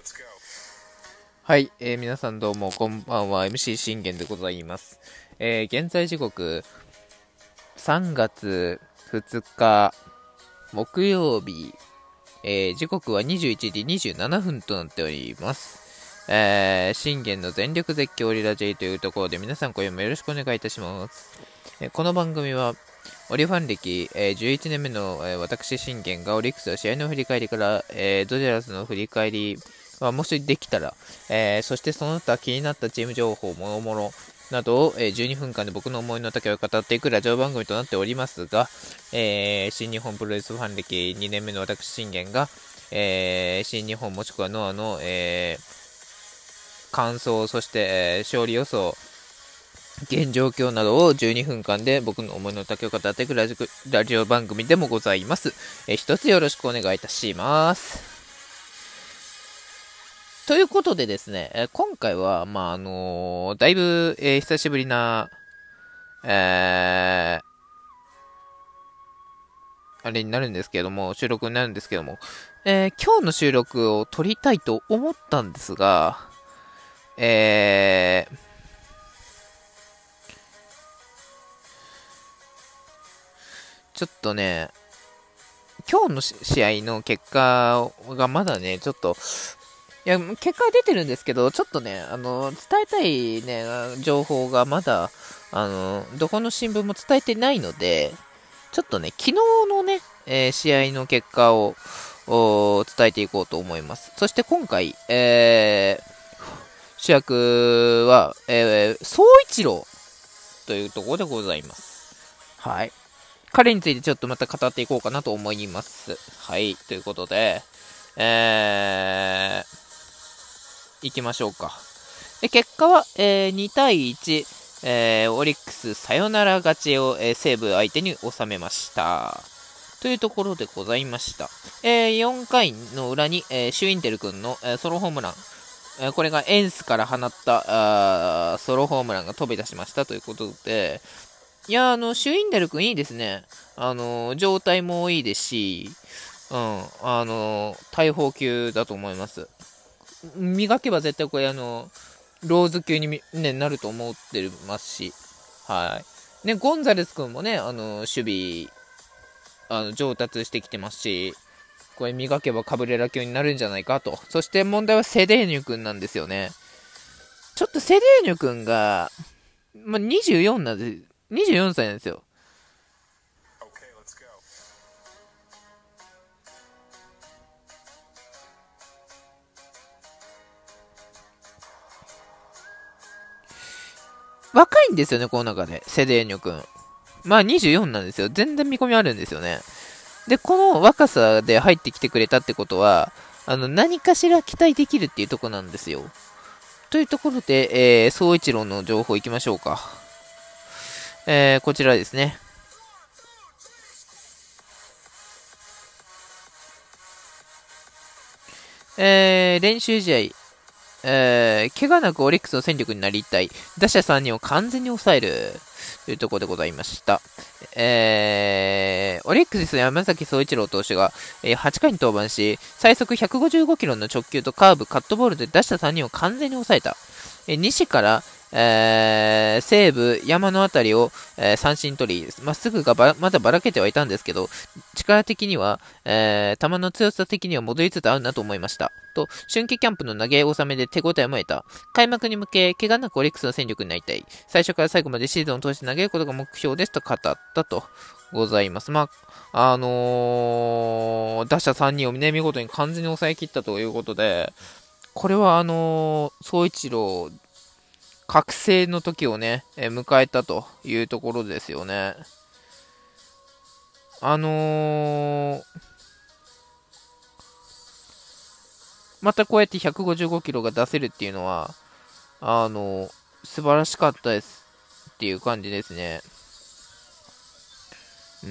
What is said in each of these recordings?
はい、皆さんどうもこんばんは。 MC 信玄でございます。現在時刻3月2日木曜日、時刻は21時27分となっております。信玄の全力絶叫オリラ J というところで皆さん今夜もよろしくお願いいたします。この番組はオリファン歴、11年目の、私信玄がオリックスの試合の振り返りから、ドジャースの振り返りもしできたら、そしてその他気になったチーム情報もろもろなどを、12分間で僕の思いの丈を語っていくラジオ番組となっておりますが、新日本プロレスファン歴2年目の私信玄が、新日本もしくはノアの、感想、そして、勝利予想、現状況などを12分間で僕の思いの丈を語っていくラジオ番組でもございます。一つよろしくお願いいたします。ということでですね、今回は、だいぶ、久しぶりな、あれになるんですけども、収録になるんですけども、今日の収録を撮りたいと思ったんですが、ちょっとね、今日の試合の結果がまだね、ちょっと、いや、結果は出てるんですけど、ちょっとね、伝えたいね、情報がまだ、どこの新聞も伝えてないので、ちょっとね、昨日のね、試合の結果を伝えていこうと思います。そして今回、主役は、総一郎というところでございます。はい。彼についてちょっとまた語っていこうかなと思います。はい。ということで、行きましょうか。結果は、2対1、オリックスサヨナラ勝ちを、西武相手に収めました。というところでございました。4回の裏に、シュウインテル君の、ソロホームラン、これがエンスから放ったソロホームランが飛び出しましたということで、いや、シュウインデル君いいですね。状態もいいですし、大砲級だと思います。磨けば絶対これ、ローズ級に、ね、なると思ってますし、はい。ね、ゴンザレス君もね、守備、上達してきてますし、これ磨けばカブレラ級になるんじゃないかと。そして問題はセデーニュ君なんですよね。ちょっとセデーニュ君が、24なんで、24歳なんですよ。若いんですよね、この中で、セデーニョ君。24なんですよ。全然見込みあるんですよね。で、この若さで入ってきてくれたってことは、何かしら期待できるっていうとこなんですよ。というところで、総一郎の情報いきましょうか。こちらですね。練習試合、怪我なくオリックスの戦力になりたい。打者3人を完全に抑える。というところでございました。オリックス山崎総一郎投手が、8回に登板し、最速155キロの直球とカーブ、カットボールで打者3人を完全に抑えた。西から、西武、山のあたりを、三振取り、まっすぐがまだばらけてはいたんですけど、力的には、球の強さ的には戻りつつあるなと思いました。と、春季キャンプの投げ納めで手応えも得た。開幕に向け、怪我なくオリックスの戦力になりたい。最初から最後までシーズンを通して投げることが目標ですと語ったとございます。打者3人をね、見事に完全に抑え切ったということで、これは総一郎、覚醒の時をね、迎えたというところですよね。またこうやって155キロが出せるっていうのは、素晴らしかったですっていう感じですね。うん。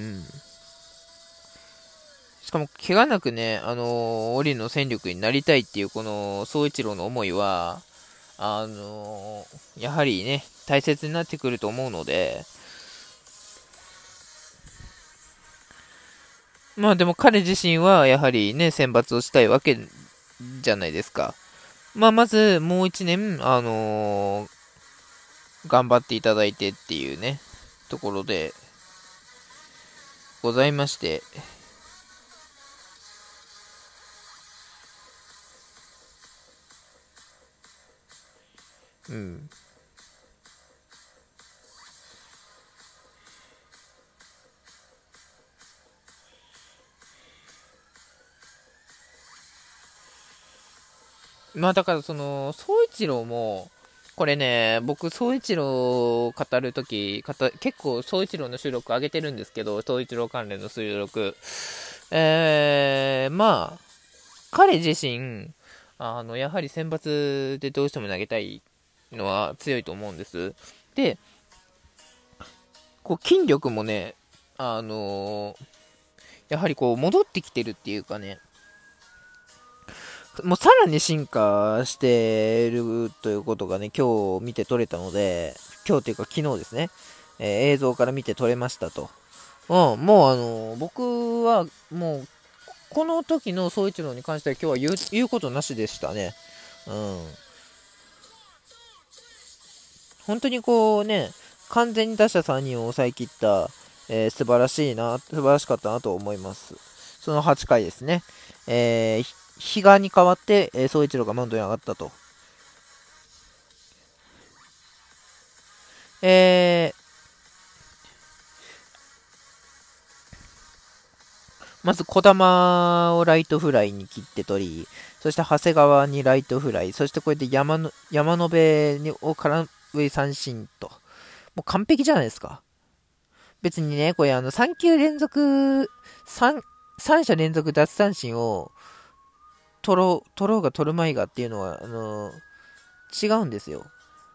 しかも、怪我なくね、オリの戦力になりたいっていう、この、総一郎の思いは、やはりね、大切になってくると思うので、でも彼自身はやはりね、選抜をしたいわけじゃないですか。 まあ、まず、もう一年、頑張っていただいてっていうね、ところでございまして、うん。まあ、だから、総一郎も、これね、僕、総一郎を語るとき、結構、総一郎の収録上げてるんですけど、総一郎関連の収録。まあ、彼自身、やはり選抜でどうしても投げたいのは強いと思うんです。で、こう筋力もね、やはりこう戻ってきてるっていうかね、もうさらに進化してるということがね、今日見て取れたので、今日というか昨日ですね、映像から見て取れましたと。うん、もう僕はもう、この時の総一郎に関しては今日は言うことなしでしたね。うん。本当にこうね、完全に打者3人を抑え切った、素晴らしかったなと思います。その8回ですね。比嘉に代わって、総一郎がマウンドに上がったと。えー、まず児玉をライトフライに切って取り、そして長谷川にライトフライ、そしてこれで山野辺を空振り三振と。もう完璧じゃないですか。別にね、これ3球連続、3者連続奪三振を取ろうが取るまいがっていうのは、違うんですよ。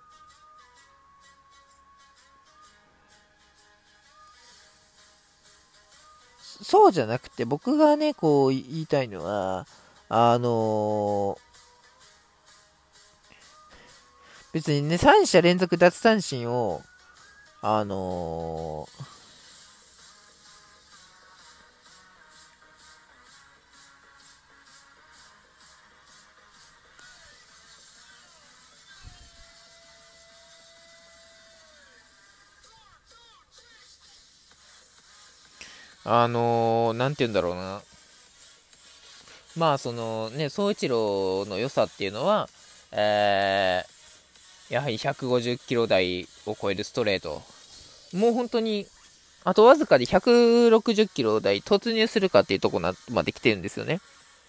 そうじゃなくて、僕がね、こう言いたいのは、あの別にね、3者連続奪三振を、あのーなんて言うんだろうな。まあ、そのね、総一郎の良さっていうのは、やはり150キロ台を超えるストレート。もう本当に、あとわずかで160キロ台突入するかっていうところまで来てるんですよね。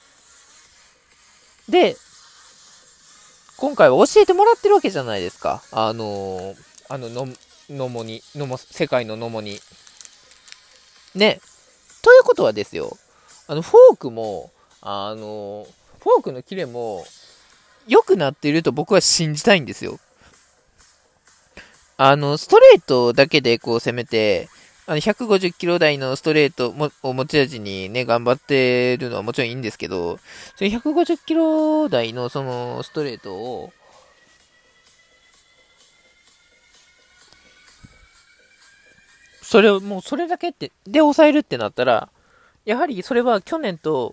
で、今回は教えてもらってるわけじゃないですか。あの、世界の野茂に。ね。ということはですよ、フォークも、フォークのキレも良くなっていると僕は信じたいんですよ。ストレートだけでこう攻めて、150キロ台のストレートを持ち味にね、頑張ってるのはもちろんいいんですけど、その150キロ台のそのストレートを、それをもうそれだけで抑えるってなったら、やはりそれは去年と、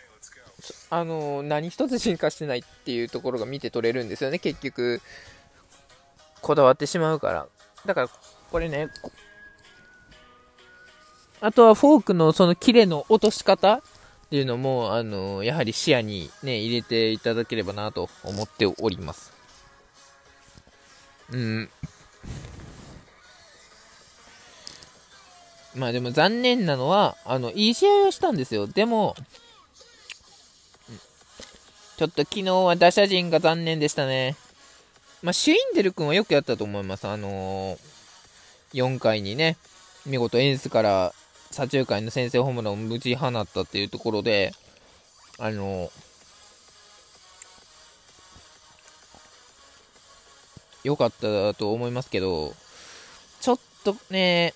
何一つ進化してないっていうところが見て取れるんですよね、結局、こだわってしまうから。だから、これね、あとはフォークのそのキレの落とし方っていうのも、やはり視野にね、入れていただければなと思っております。うん。まあでも残念なのは、いい試合をしたんですよ。でも、ちょっと昨日は打者陣が残念でしたね。まあ、シュインデル君はよくやったと思います。4回にね、見事エンスから左中間の先制ホームランを無事放ったっていうところで、あの良かったと思いますけど、ちょっとね、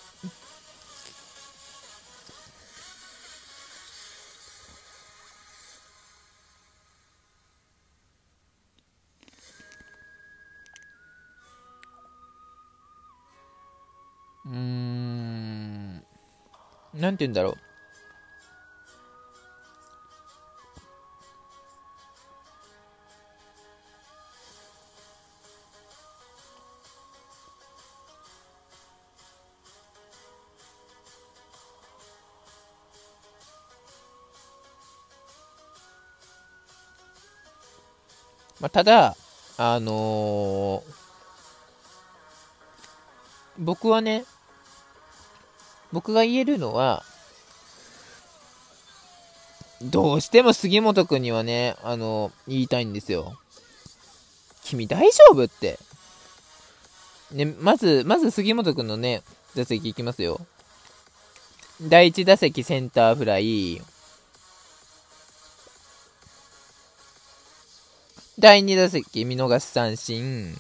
なんて言うんだろう。 ただ、僕はね、僕が言えるのは、どうしても杉本くんにはね、言いたいんですよ。君大丈夫って。ね、まず杉本くんのね、打席いきますよ。第1打席センターフライ。第2打席見逃し三振。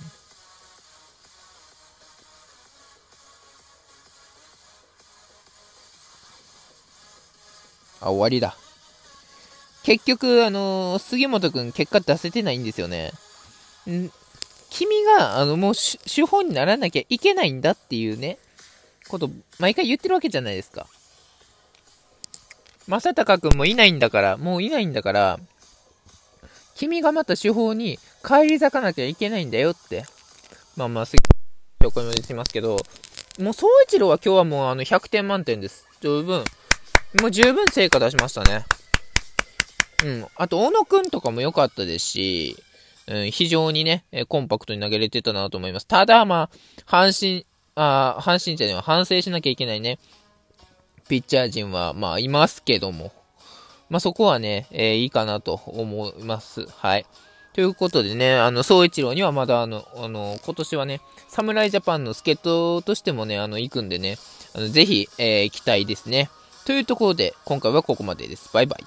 終わりだ。結局、杉本くん結果出せてないんですよね。君が、もう手法にならなきゃいけないんだっていうね、こと毎回言ってるわけじゃないですか。正隆くんもいないんだから、もういないんだから、君がまた手法に返り咲かなきゃいけないんだよって。杉本くんもしますけど、もう総一郎は今日はもう100点満点です。十分成果出しましたね。あと、小野くんとかも良かったですし、非常にね、コンパクトに投げれてたなと思います。ただ、阪神じゃねえわ、反省しなきゃいけないね、ピッチャー陣は、いますけども、そこはね、いいかなと思います。はい。ということでね、総一郎にはまだ今年はね、侍ジャパンの助っ人としてもね、行くんでね、ぜひ、期待ですね。というところで、今回はここまでです。バイバイ。